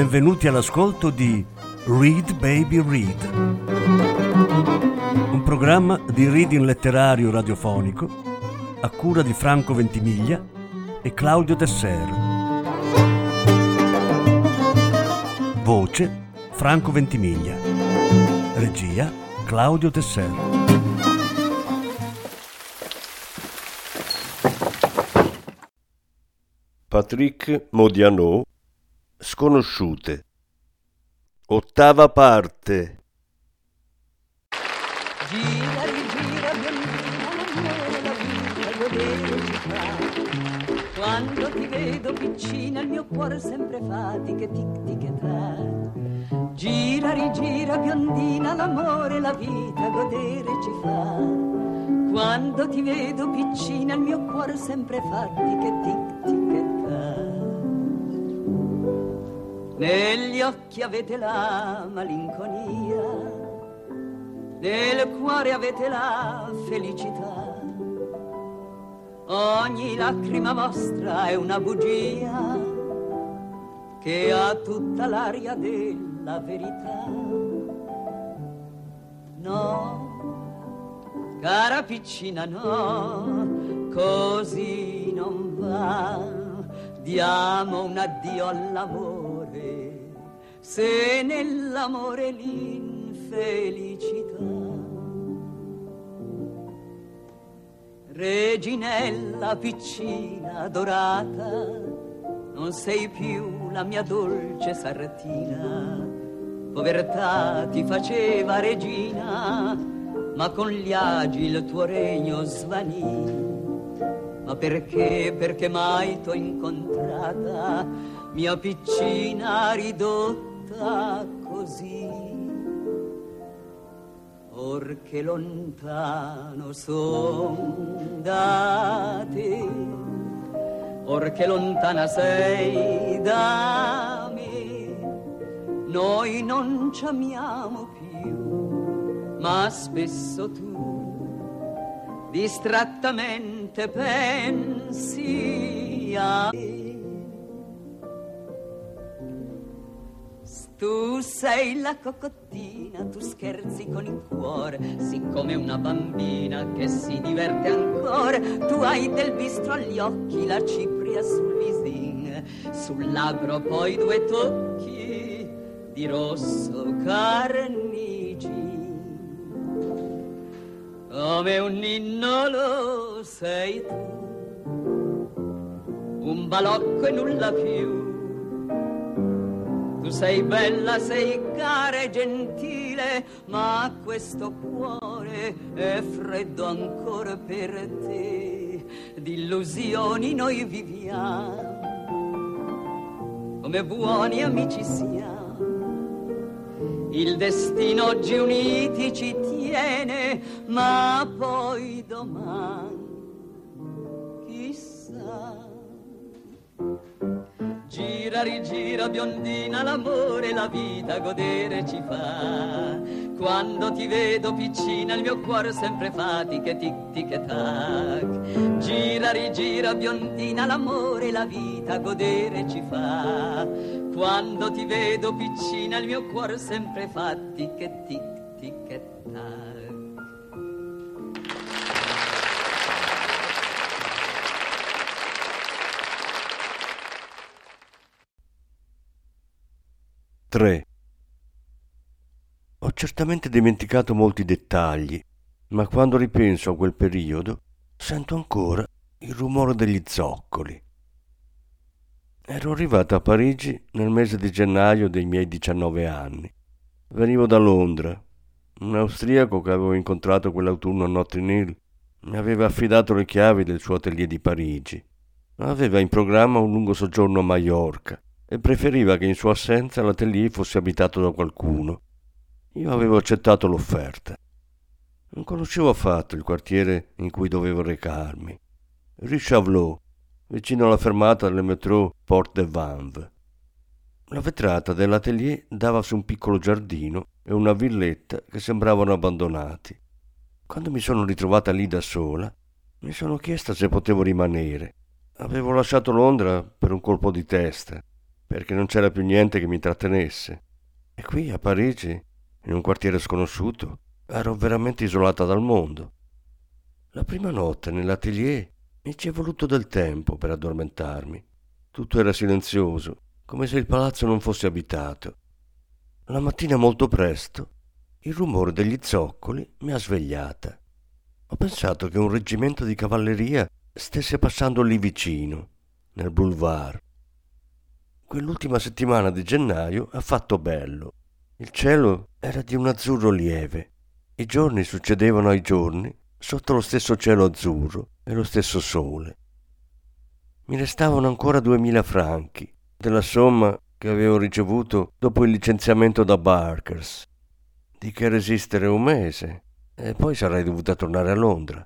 Benvenuti all'ascolto di Read Baby Read, un programma di reading letterario radiofonico a cura di Franco Ventimiglia e Claudio Desser. Voce Franco Ventimiglia. Regia Claudio Desser. Patrick Modiano, Sconosciute. Ottava parte. Gira, rigira, biondina, la vita godere ci fa. Quando ti vedo piccina il mio cuore sempre fa tic tic tic tac. Gira, rigira, biondina, l'amore, la vita godere ci fa. Quando ti vedo piccina il mio cuore sempre fa tic tic tic tac. Negli occhi avete la malinconia, nel cuore avete la felicità. Ogni lacrima vostra è una bugia che ha tutta l'aria della verità. No, cara piccina, no, così non va. Diamo un addio all'amore, se nell'amore l'infelicità. Reginella piccina dorata, non sei più la mia dolce sartina. Povertà ti faceva regina, ma con gli agi il tuo regno svanì. Ma perché, perché mai t'ho incontrata, mia piccina ridotta così? Or che lontano son da te, or che lontana sei da me, noi non ci amiamo più, ma spesso tu distrattamente pensi a me. Tu sei la cocottina, tu scherzi con il cuore, siccome una bambina che si diverte ancora. Tu hai del bistro agli occhi, la cipria sul visin, sul labbro poi due tocchi di rosso carnigin. Come un ninnolo sei tu, un balocco e nulla più. Tu sei bella, sei cara e gentile, ma questo cuore è freddo ancora per te. Di illusioni noi viviamo, come buoni amici siamo. Il destino oggi uniti ci tiene, ma poi domani chissà. Gira, rigira, biondina, l'amore, la vita godere ci fa. Quando ti vedo piccina il mio cuore sempre fa tic tic tic tac. Gira, rigira, biondina, l'amore, la vita godere ci fa. Quando ti vedo piccina il mio cuore sempre fa tic tic tic tac. 3. Ho certamente dimenticato molti dettagli, ma quando ripenso a quel periodo sento ancora il rumore degli zoccoli. Ero arrivato a Parigi nel mese di gennaio dei miei 19 anni. Venivo da Londra. Un austriaco che avevo incontrato quell'autunno a Notting Hill mi aveva affidato le chiavi del suo atelier di Parigi. Aveva in programma un lungo soggiorno a Maiorca e preferiva che in sua assenza l'atelier fosse abitato da qualcuno. Io avevo accettato l'offerta. Non conoscevo affatto il quartiere in cui dovevo recarmi. Rue Chavelot, vicino alla fermata del metro Porte de Vanves. La vetrata dell'atelier dava su un piccolo giardino e una villetta che sembravano abbandonati. Quando mi sono ritrovata lì da sola, mi sono chiesta se potevo rimanere. Avevo lasciato Londra per un colpo di testa. perché non c'era più niente che mi trattenesse. E qui a Parigi, in un quartiere sconosciuto, ero veramente isolata dal mondo. La prima notte nell'atelier mi ci è voluto del tempo per addormentarmi. Tutto era silenzioso, come se il palazzo non fosse abitato. La mattina molto presto il rumore degli zoccoli mi ha svegliata. Ho pensato che un reggimento di cavalleria stesse passando lì vicino, nel boulevard. Quell'ultima settimana di gennaio ha fatto bello. Il cielo era di un azzurro lieve. I giorni succedevano ai giorni sotto lo stesso cielo azzurro e lo stesso sole. Mi restavano ancora 2000 franchi della somma che avevo ricevuto dopo il licenziamento da Barkers. Di che resistere un mese e poi sarei dovuta tornare a Londra.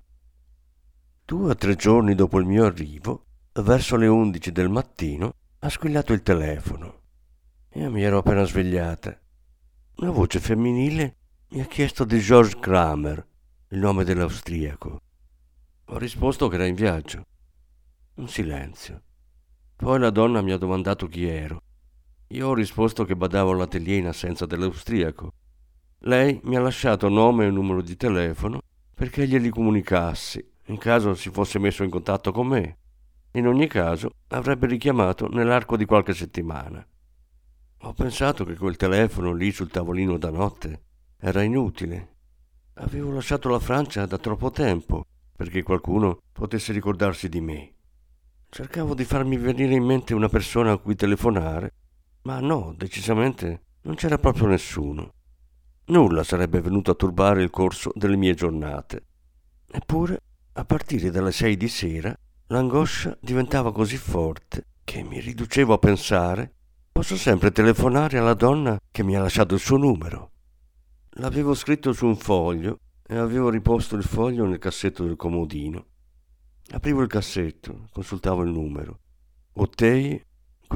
2 o 3 giorni dopo il mio arrivo, verso le 11 del mattino, ha squillato il telefono. Io mi ero appena svegliata. Una voce femminile mi ha chiesto di George Kramer, il nome dell'austriaco. Ho risposto che era in viaggio. Un silenzio. Poi la donna mi ha domandato chi ero. Io ho risposto che badavo all'atelier in assenza dell'austriaco. Lei mi ha lasciato nome e numero di telefono perché glieli comunicassi in caso si fosse messo in contatto con me. In ogni caso avrebbe richiamato nell'arco di qualche settimana. Ho pensato che quel telefono lì sul tavolino da notte era inutile. Avevo lasciato la Francia da troppo tempo perché qualcuno potesse ricordarsi di me. Cercavo di farmi venire in mente una persona a cui telefonare, ma no, decisamente non c'era proprio nessuno. Nulla sarebbe venuto a turbare il corso delle mie giornate. Eppure, a partire dalle 6 di sera, l'angoscia diventava così forte che mi riducevo a pensare: posso sempre telefonare alla donna che mi ha lasciato il suo numero. L'avevo scritto su un foglio e avevo riposto il foglio nel cassetto del comodino. Aprivo il cassetto, consultavo il numero. Ottei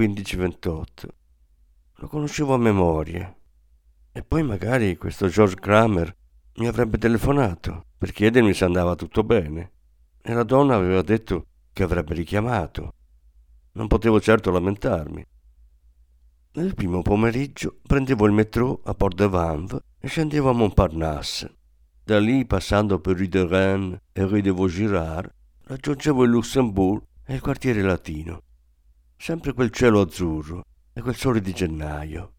1528. Lo conoscevo a memoria. E poi magari questo George Kramer mi avrebbe telefonato per chiedermi se andava tutto bene. E la donna aveva detto che avrebbe richiamato. Non potevo certo lamentarmi. Nel primo pomeriggio prendevo il metro a Port de Vanves e scendevo a Montparnasse. Da lì, passando per Rue de Rennes e Rue de Vaugirard, raggiungevo il Luxembourg e il quartiere latino. Sempre quel cielo azzurro e quel sole di gennaio.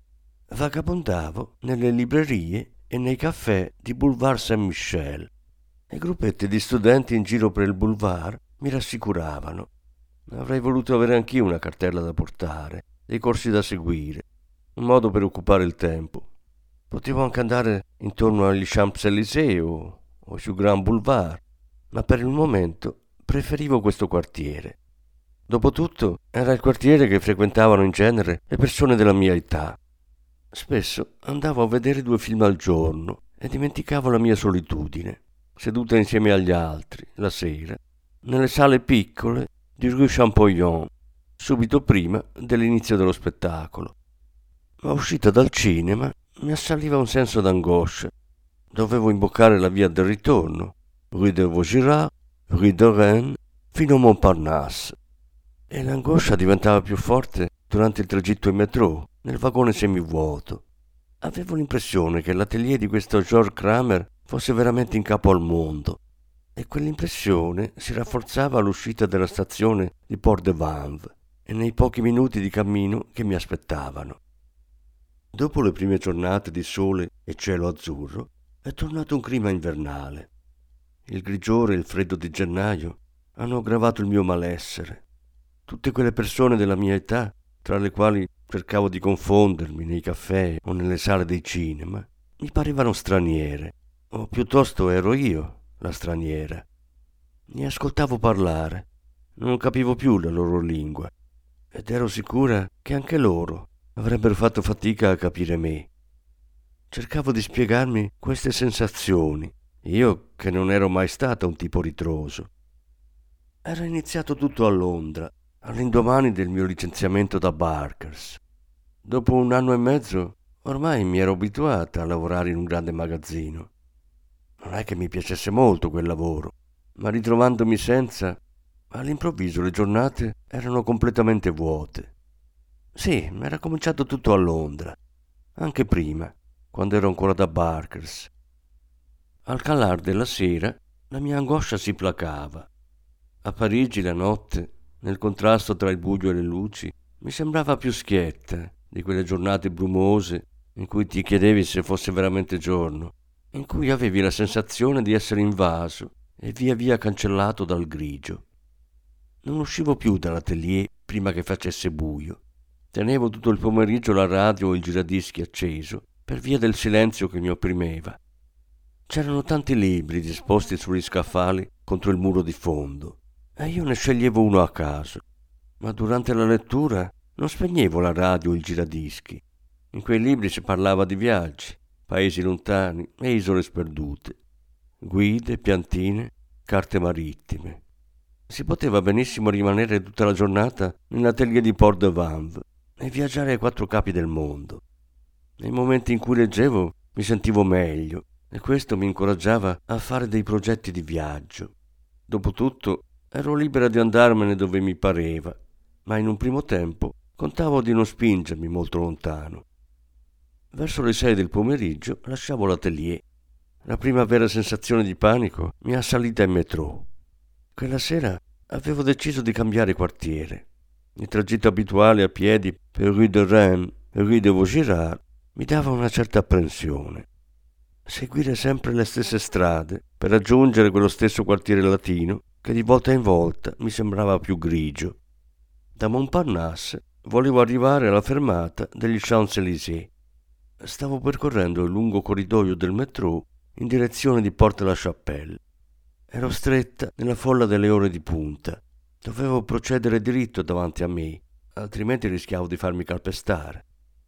Vagabondavo nelle librerie e nei caffè di Boulevard Saint-Michel. I gruppetti di studenti in giro per il boulevard mi rassicuravano. Avrei voluto avere anch'io una cartella da portare, dei corsi da seguire, un modo per occupare il tempo. Potevo anche andare intorno agli Champs-Élysées o su Grand Boulevard, ma per il momento preferivo questo quartiere. Dopotutto era il quartiere che frequentavano in genere le persone della mia età. Spesso andavo a vedere 2 film al giorno e dimenticavo la mia solitudine, seduta insieme agli altri, la sera, nelle sale piccole di Rue Champollion, subito prima dell'inizio dello spettacolo. Ma uscita dal cinema mi assaliva un senso d'angoscia. Dovevo imboccare la via del ritorno, Rue de Vaugirard, Rue de Rennes, fino a Montparnasse. E l'angoscia diventava più forte durante il tragitto in metro, nel vagone semivuoto. Avevo l'impressione che l'atelier di questo George Kramer fosse veramente in capo al mondo, e quell'impressione si rafforzava all'uscita dalla stazione di Port de Vanves e nei pochi minuti di cammino che mi aspettavano. Dopo le prime giornate di sole e cielo azzurro è tornato un clima invernale. Il grigiore e il freddo di gennaio hanno aggravato il mio malessere. Tutte quelle persone della mia età, tra le quali cercavo di confondermi nei caffè o nelle sale dei cinema, mi parevano straniere, o piuttosto ero io la straniera. Ne ascoltavo parlare, non capivo più la loro lingua, ed ero sicura che anche loro avrebbero fatto fatica a capire me. Cercavo di spiegarmi queste sensazioni, io che non ero mai stata un tipo ritroso. Era iniziato tutto a Londra, all'indomani del mio licenziamento da Barkers. Dopo 1 anno e mezzo ormai mi ero abituata a lavorare in un grande magazzino. Non è che mi piacesse molto quel lavoro, ma ritrovandomi senza, all'improvviso le giornate erano completamente vuote. Sì, era cominciato tutto a Londra, anche prima, quando ero ancora da Barkers. Al calar della sera la mia angoscia si placava. A Parigi la notte, nel contrasto tra il buio e le luci, mi sembrava più schietta di quelle giornate brumose in cui ti chiedevi se fosse veramente giorno, in cui avevi la sensazione di essere invaso e via via cancellato dal grigio. Non uscivo più dall'atelier prima che facesse buio. Tenevo tutto il pomeriggio la radio e il giradischi acceso per via del silenzio che mi opprimeva. C'erano tanti libri disposti sugli scaffali contro il muro di fondo e io ne sceglievo uno a caso, ma durante la lettura non spegnevo la radio o il giradischi. In quei libri si parlava di viaggi, paesi lontani e isole sperdute, guide, piantine, carte marittime. Si poteva benissimo rimanere tutta la giornata nell'atelier di Port de Vanves e viaggiare ai quattro capi del mondo. Nei momenti in cui leggevo mi sentivo meglio e questo mi incoraggiava a fare dei progetti di viaggio. Dopotutto ero libera di andarmene dove mi pareva, ma in un primo tempo contavo di non spingermi molto lontano. Verso le 6 del pomeriggio lasciavo l'atelier. La prima vera sensazione di panico mi è assalita in metro. Quella sera avevo deciso di cambiare quartiere. Il tragitto abituale a piedi per Rue de Rennes e Rue de Vaugirard mi dava una certa apprensione. Seguire sempre le stesse strade per raggiungere quello stesso quartiere latino che di volta in volta mi sembrava più grigio. Da Montparnasse volevo arrivare alla fermata degli Champs-Élysées. Stavo percorrendo il lungo corridoio del metro in direzione di Porte-la-Chapelle. Ero stretta nella folla delle ore di punta. Dovevo procedere diritto davanti a me, altrimenti rischiavo di farmi calpestare.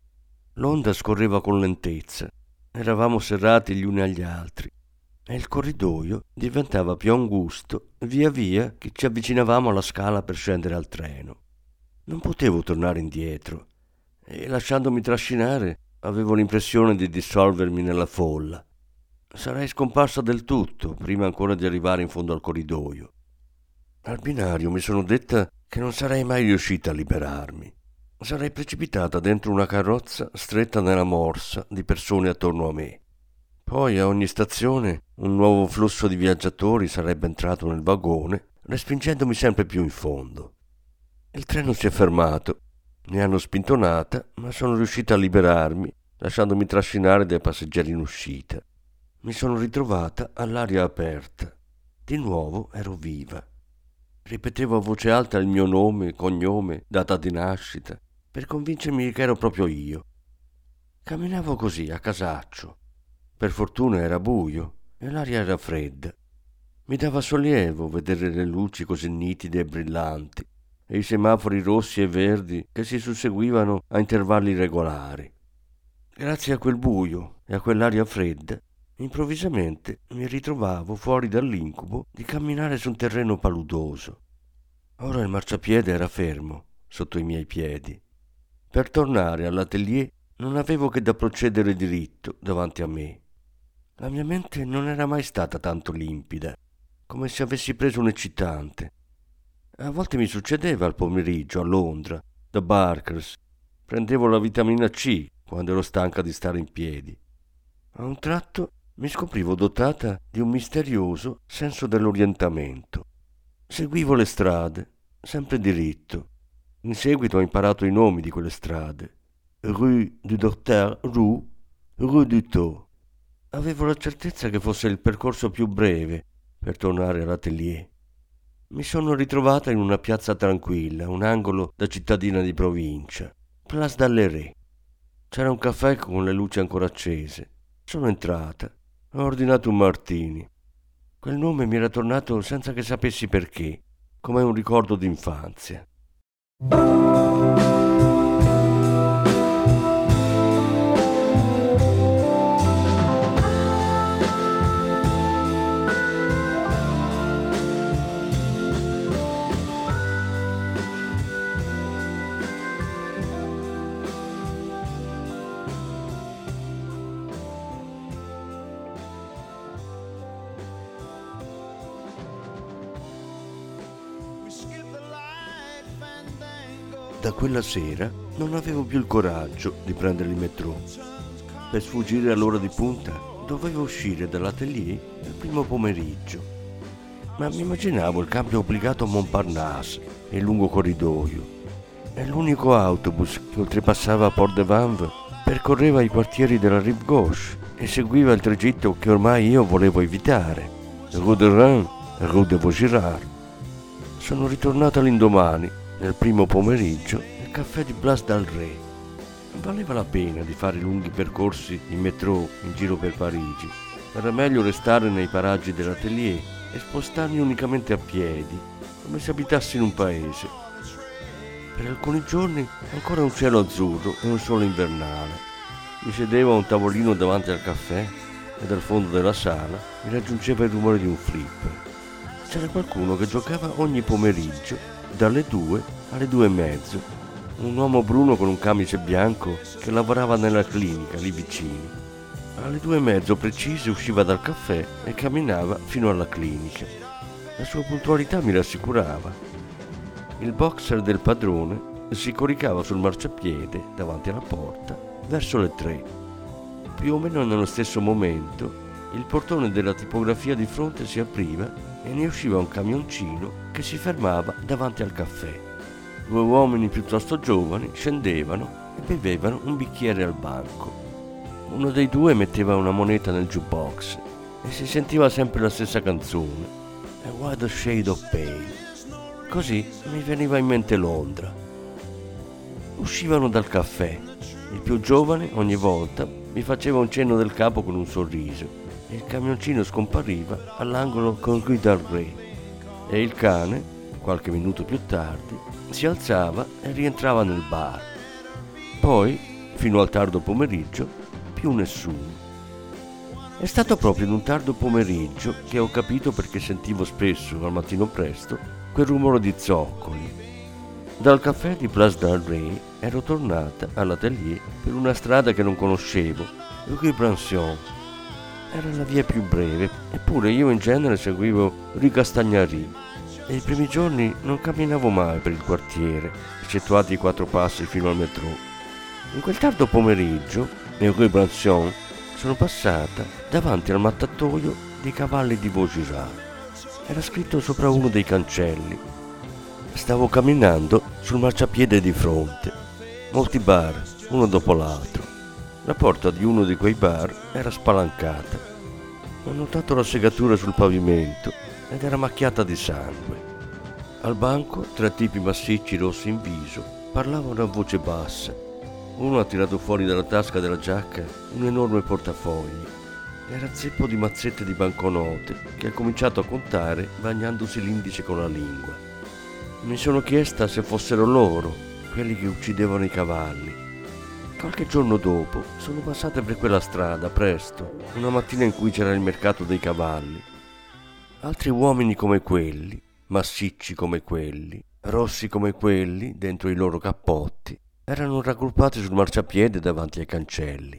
L'onda scorreva con lentezza. Eravamo serrati gli uni agli altri e il corridoio diventava più angusto via via che ci avvicinavamo alla scala per scendere al treno. Non potevo tornare indietro e, lasciandomi trascinare, avevo l'impressione di dissolvermi nella folla. Sarei scomparsa del tutto prima ancora di arrivare in fondo al corridoio. Al binario mi sono detta che non sarei mai riuscita a liberarmi. Sarei precipitata dentro una carrozza stretta nella morsa di persone attorno a me. Poi a ogni stazione un nuovo flusso di viaggiatori sarebbe entrato nel vagone, respingendomi sempre più in fondo. Il treno si è fermato. Mi hanno spintonata, ma sono riuscita a liberarmi, lasciandomi trascinare dai passeggeri in uscita. Mi sono ritrovata all'aria aperta. Di nuovo ero viva. Ripetevo a voce alta il mio nome, cognome, data di nascita, per convincermi che ero proprio io. Camminavo così, a casaccio. Per fortuna era buio e l'aria era fredda. Mi dava sollievo vedere le luci così nitide e brillanti e i semafori rossi e verdi che si susseguivano a intervalli regolari. Grazie a quel buio e a quell'aria fredda, improvvisamente mi ritrovavo fuori dall'incubo di camminare su un terreno paludoso. Ora il marciapiede era fermo sotto i miei piedi. Per tornare all'atelier non avevo che da procedere diritto davanti a me. La mia mente non era mai stata tanto limpida, come se avessi preso un eccitante. A volte mi succedeva al pomeriggio a Londra, da Barkers. Prendevo la vitamina C quando ero stanca di stare in piedi. A un tratto mi scoprivo dotata di un misterioso senso dell'orientamento. Seguivo le strade, sempre diritto. In seguito ho imparato i nomi di quelle strade. Rue du Docteur Roux, Rue du Thau. Avevo la certezza che fosse il percorso più breve per tornare all'atelier. Mi sono ritrovata in una piazza tranquilla, un angolo da cittadina di provincia, Place d'Allery. C'era un caffè con le luci ancora accese. Sono entrata, ho ordinato un martini. Quel nome mi era tornato senza che sapessi perché, come un ricordo d'infanzia. Da quella sera non avevo più il coraggio di prendere il metro. Per sfuggire all'ora di punta dovevo uscire dall'atelier il primo pomeriggio, ma mi immaginavo il cambio obbligato a Montparnasse e il lungo corridoio, e l'unico autobus che oltrepassava Port de Vanves percorreva i quartieri della Rive Gauche e seguiva il tragitto che ormai io volevo evitare, Rue de Rennes e Rue de Vaugirard. Sono ritornato l'indomani, nel primo pomeriggio, nel caffè di Place d'Alré. Valeva la pena di fare lunghi percorsi in metro in giro per Parigi. Era meglio restare nei paraggi dell'atelier e spostarmi unicamente a piedi, come se abitassi in un paese. Per alcuni giorni ancora un cielo azzurro e un sole invernale. Mi sedevo a un tavolino davanti al caffè e dal fondo della sala mi raggiungeva il rumore di un flipper. C'era qualcuno che giocava ogni pomeriggio dalle 2 alle 2:30. Un uomo bruno con un camice bianco che lavorava nella clinica lì vicino. Alle 2:30 precise usciva dal caffè e camminava fino alla clinica. La sua puntualità mi rassicurava. Il boxer del padrone si coricava sul marciapiede davanti alla porta verso le 3. Più o meno nello stesso momento il portone della tipografia di fronte si apriva e ne usciva un camioncino che si fermava davanti al caffè. 2 uomini piuttosto giovani scendevano e bevevano un bicchiere al banco. Uno dei 2 metteva una moneta nel jukebox e si sentiva sempre la stessa canzone, A Wider Shade of Pale. Così mi veniva in mente Londra. Uscivano dal caffè. Il più giovane ogni volta mi faceva un cenno del capo con un sorriso e il camioncino scompariva all'angolo con Rue d'Alré e il cane, qualche minuto più tardi, si alzava e rientrava nel bar. Poi, fino al tardo pomeriggio, più nessuno. È stato proprio in un tardo pomeriggio che ho capito perché sentivo spesso, al mattino presto, quel rumore di zoccoli. Dal caffè di Place d'Alré ero tornata all'atelier per una strada che non conoscevo, Rue Branson. Era la via più breve, eppure io in genere seguivo Rue Castagnary e i primi giorni non camminavo mai per il quartiere, eccettuati i 4 passi fino al metro. In quel tardo pomeriggio, nel Rue Branson, sono passata davanti al mattatoio dei cavalli di Vaugirard. Era scritto sopra uno dei cancelli. Stavo camminando sul marciapiede di fronte. Molti bar, uno dopo l'altro. La porta di uno di quei bar era spalancata. Ho notato la segatura sul pavimento ed era macchiata di sangue. Al banco 3 tipi massicci rossi in viso parlavano a voce bassa. Uno ha tirato fuori dalla tasca della giacca un enorme portafogli. Era zeppo di mazzette di banconote che ha cominciato a contare bagnandosi l'indice con la lingua. Mi sono chiesta se fossero loro, quelli che uccidevano i cavalli. Qualche giorno dopo sono passate per quella strada presto, una mattina in cui c'era il mercato dei cavalli. Altri uomini come quelli, massicci come quelli, rossi come quelli dentro i loro cappotti, erano raggruppati sul marciapiede davanti ai cancelli.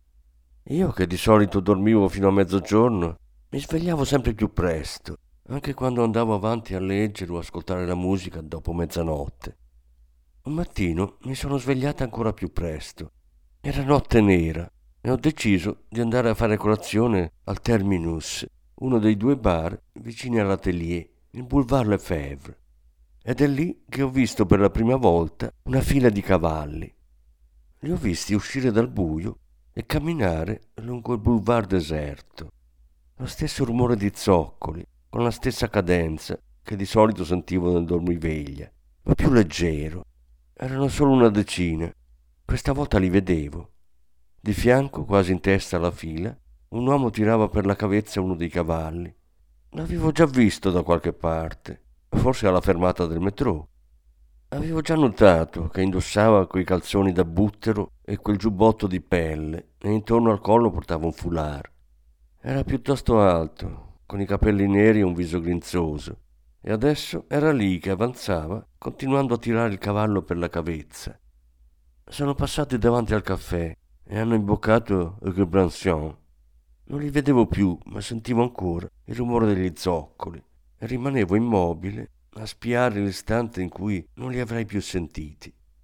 Io, che di solito dormivo fino a mezzogiorno, mi svegliavo sempre più presto, anche quando andavo avanti a leggere o ascoltare la musica dopo mezzanotte. Un mattino mi sono svegliata ancora più presto. Era notte nera e ho deciso di andare a fare colazione al Terminus, uno dei 2 bar vicini all'atelier, il Boulevard Lefebvre. Ed è lì che ho visto per la prima volta una fila di cavalli. Li ho visti uscire dal buio e camminare lungo il boulevard deserto. Lo stesso rumore di zoccoli, con la stessa cadenza che di solito sentivo nel dormiveglia, ma più leggero. Erano solo una decina. Questa volta li vedevo. Di fianco, quasi in testa alla fila, un uomo tirava per la cavezza uno dei cavalli. L'avevo già visto da qualche parte, forse alla fermata del metro. Avevo già notato che indossava quei calzoni da buttero e quel giubbotto di pelle e intorno al collo portava un foulard. Era piuttosto alto, con i capelli neri e un viso grinzoso, e adesso era lì che avanzava, continuando a tirare il cavallo per la cavezza. Sono passati davanti al caffè e hanno imboccato Rue Branson. Non li vedevo più, ma sentivo ancora il rumore degli zoccoli e rimanevo immobile a spiare l'istante in cui non li avrei più sentiti.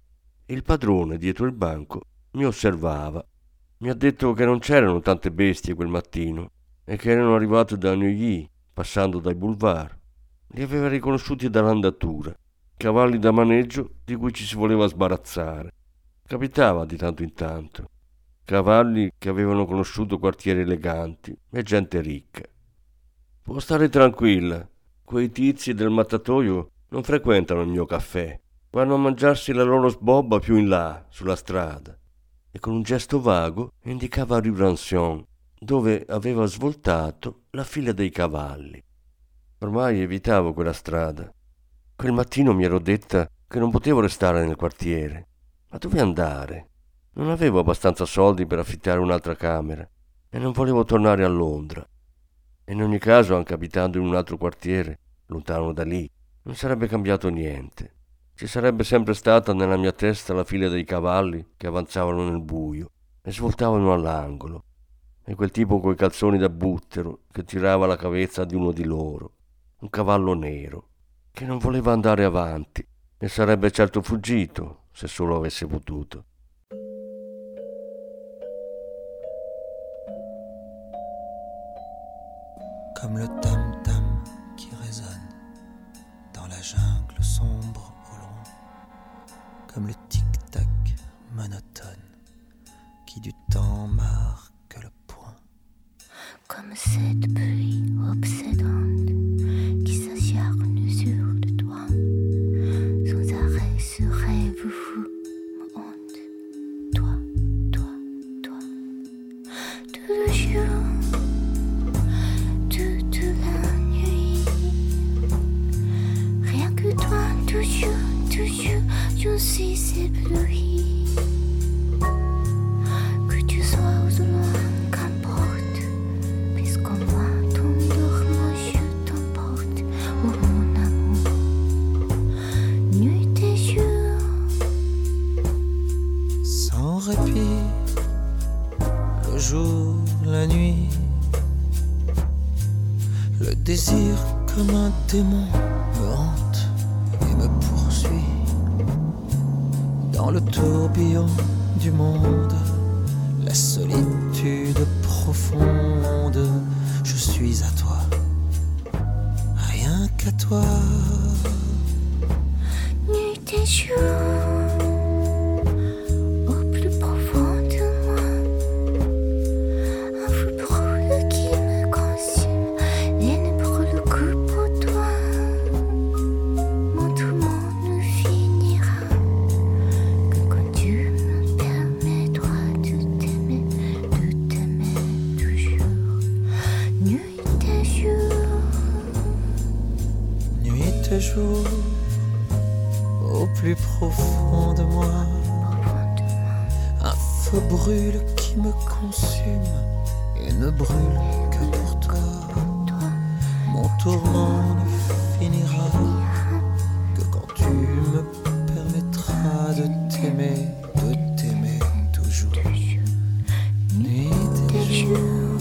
e il padrone, dietro il banco, mi osservava. Mi ha detto che non c'erano tante bestie quel mattino e che erano arrivate da Neuilly, passando dai boulevard. Li aveva riconosciuti dall'andatura, cavalli da maneggio di cui ci si voleva sbarazzare. Capitava di tanto in tanto. Cavalli che avevano conosciuto quartieri eleganti e gente ricca. Può stare tranquilla, quei tizi del mattatoio non frequentano il mio caffè, vanno a mangiarsi la loro sbobba più in là, sulla strada. E con un gesto vago indicava Rue Rancion, dove aveva svoltato la fila dei cavalli. Ormai evitavo quella strada. Quel mattino mi ero detta che non potevo restare nel quartiere. Ma dove andare? Non avevo abbastanza soldi per affittare un'altra camera e non volevo tornare a Londra. In ogni caso, anche abitando in un altro quartiere, lontano da lì, non sarebbe cambiato niente. Ci sarebbe sempre stata nella mia testa la fila dei cavalli che avanzavano nel buio e svoltavano all'angolo, e quel tipo coi calzoni da buttero che tirava la cavezza di uno di loro, un cavallo nero, che non voleva andare avanti e sarebbe certo fuggito se solo avesse potuto. Comme le tam-tam qui résonne dans la jungle sombre au loin, comme le tic-tac monotone qui du temps marque le point, comme cette pluie obsédante qui s'acharne sur le toit, sans arrêt ce rêve fou me hante, toi, toi, toi, tout le jour. Toujours, je suis ébloui. Que tu sois au loin, qu'importe. Puisqu'en moi, ton dormant, je t'emporte. Oh mon amour, nuit et jour. Sans répit, le jour, la nuit. Le désir comme un démon me hante et me poursuit. Dans le tourbillon du monde, la solitude profonde, je suis à toi, rien qu'à toi. Nuit et jour, au plus profond de moi, un feu brûle qui me consume et ne brûle que pour toi. Mon tourment ne finira que quand tu me permettras de t'aimer toujours. Nuit et jour, Nuit et jour, au plus profond de moi, un feu brûle qui me consume et ne brûle que pour toi. Mon tourment ne finira que quand tu me permettras de t'aimer toujours. Nuit et jour.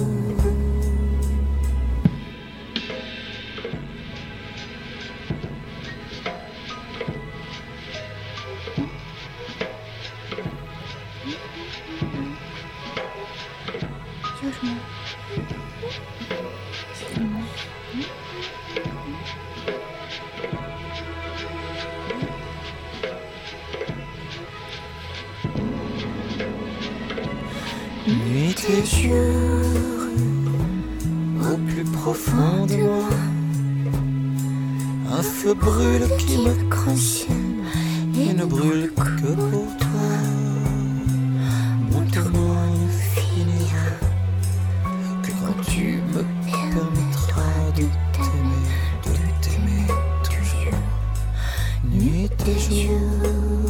Nuit et jour, au plus profond de moi, un feu brûle qui me consume et ne brûle que pour toi. Mon tourment ne finira que quand tu me permettras de t'aimer toujours. Nuit et jour.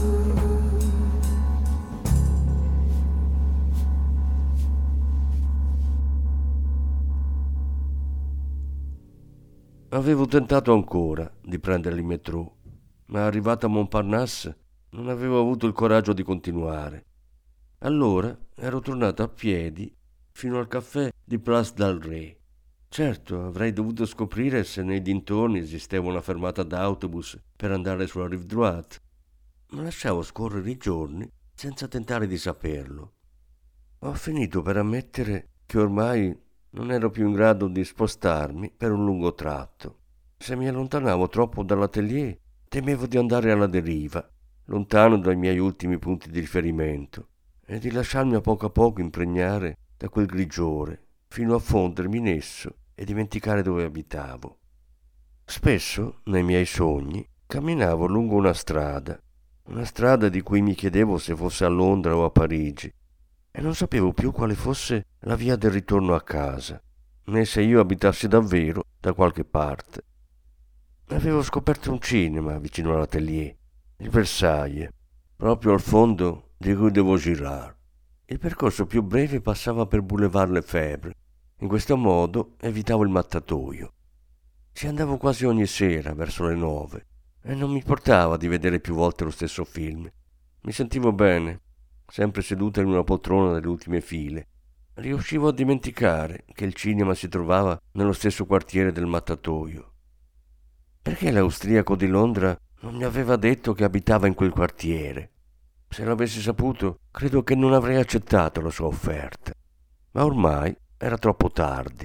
Avevo tentato ancora di prendere il metro, ma arrivato a Montparnasse non avevo avuto il coraggio di continuare. Allora ero tornato a piedi fino al caffè di Place d'Alré. Certo, avrei dovuto scoprire se nei dintorni esisteva una fermata d'autobus per andare sulla Rive Droite, ma lasciavo scorrere i giorni senza tentare di saperlo. Ho finito per ammettere che ormai non ero più in grado di spostarmi per un lungo tratto. Se mi allontanavo troppo dall'atelier, temevo di andare alla deriva, lontano dai miei ultimi punti di riferimento, e di lasciarmi a poco impregnare da quel grigiore, fino a fondermi in esso e dimenticare dove abitavo. Spesso, nei miei sogni, camminavo lungo una strada di cui mi chiedevo se fosse a Londra o a Parigi, e non sapevo più quale fosse la via del ritorno a casa, né se io abitassi davvero da qualche parte. Avevo scoperto un cinema vicino all'atelier, il Versailles, proprio al fondo di Rue de Vaugirard. Il percorso più breve passava per Boulevard Lefebvre. In questo modo evitavo il mattatoio. Ci andavo quasi ogni sera verso le 9 e non mi importava di vedere più volte lo stesso film. Mi sentivo bene, sempre seduta in una poltrona delle ultime file. Riuscivo a dimenticare che il cinema si trovava nello stesso quartiere del mattatoio. Perché l'austriaco di Londra non mi aveva detto che abitava in quel quartiere? Se l'avessi saputo, credo che non avrei accettato la sua offerta. Ma ormai era troppo tardi.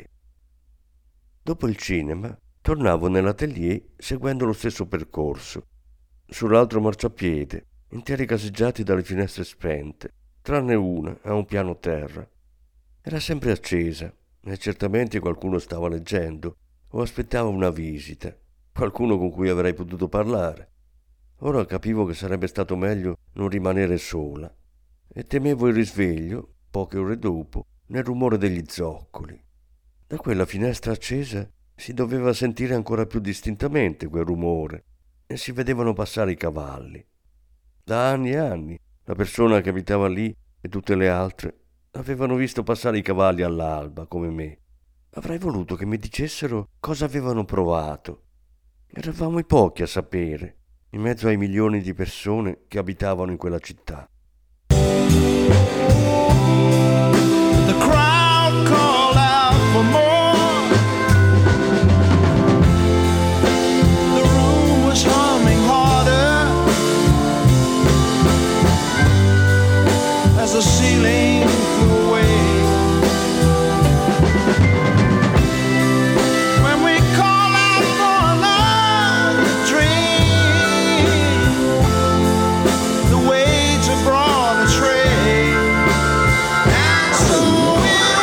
Dopo il cinema, tornavo nell'atelier seguendo lo stesso percorso. Sull'altro marciapiede, interi caseggiati dalle finestre spente, tranne una a un piano terra. Era sempre accesa e certamente qualcuno stava leggendo o aspettava una visita, qualcuno con cui avrei potuto parlare. Ora capivo che sarebbe stato meglio non rimanere sola e temevo il risveglio, poche ore dopo, nel rumore degli zoccoli. Da quella finestra accesa si doveva sentire ancora più distintamente quel rumore e si vedevano passare i cavalli. Da anni e anni la persona che abitava lì e tutte le altre avevano visto passare i cavalli all'alba come me. Avrei voluto che mi dicessero cosa avevano provato. Eravamo i pochi a sapere, in mezzo ai milioni di persone che abitavano in quella città. The crowd called out for more. The room was humming harder as the ceiling flew away. When we call out for another drink, the waiter brought a tray. And so it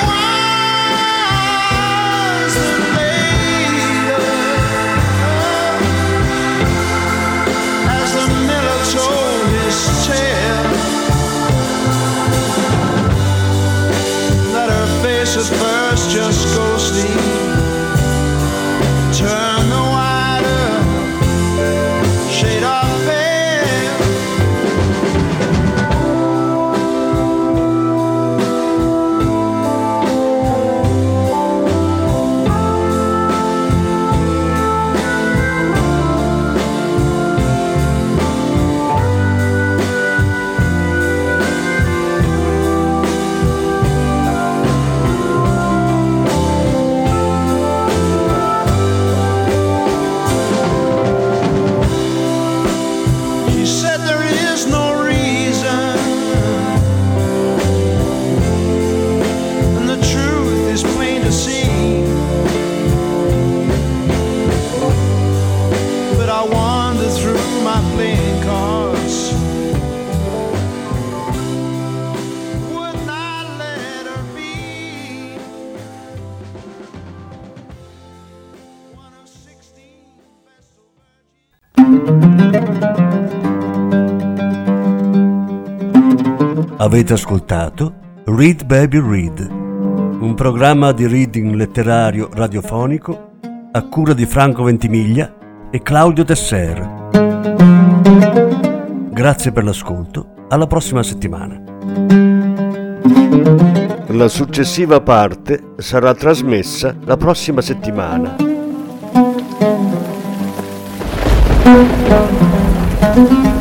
was that later, as the miller told his tale, that her face at first just ghostly turned the whiter shade of pale. She said there is no reason, and the truth is plain to see. But I wander through my playing cards, would not let her be one of 16 Vestal Virgins. Avete ascoltato Read Baby Read, un programma di reading letterario radiofonico a cura di Franco Ventimiglia e Claudio Tesser. Grazie per l'ascolto, alla prossima settimana. La successiva parte sarà trasmessa la prossima settimana.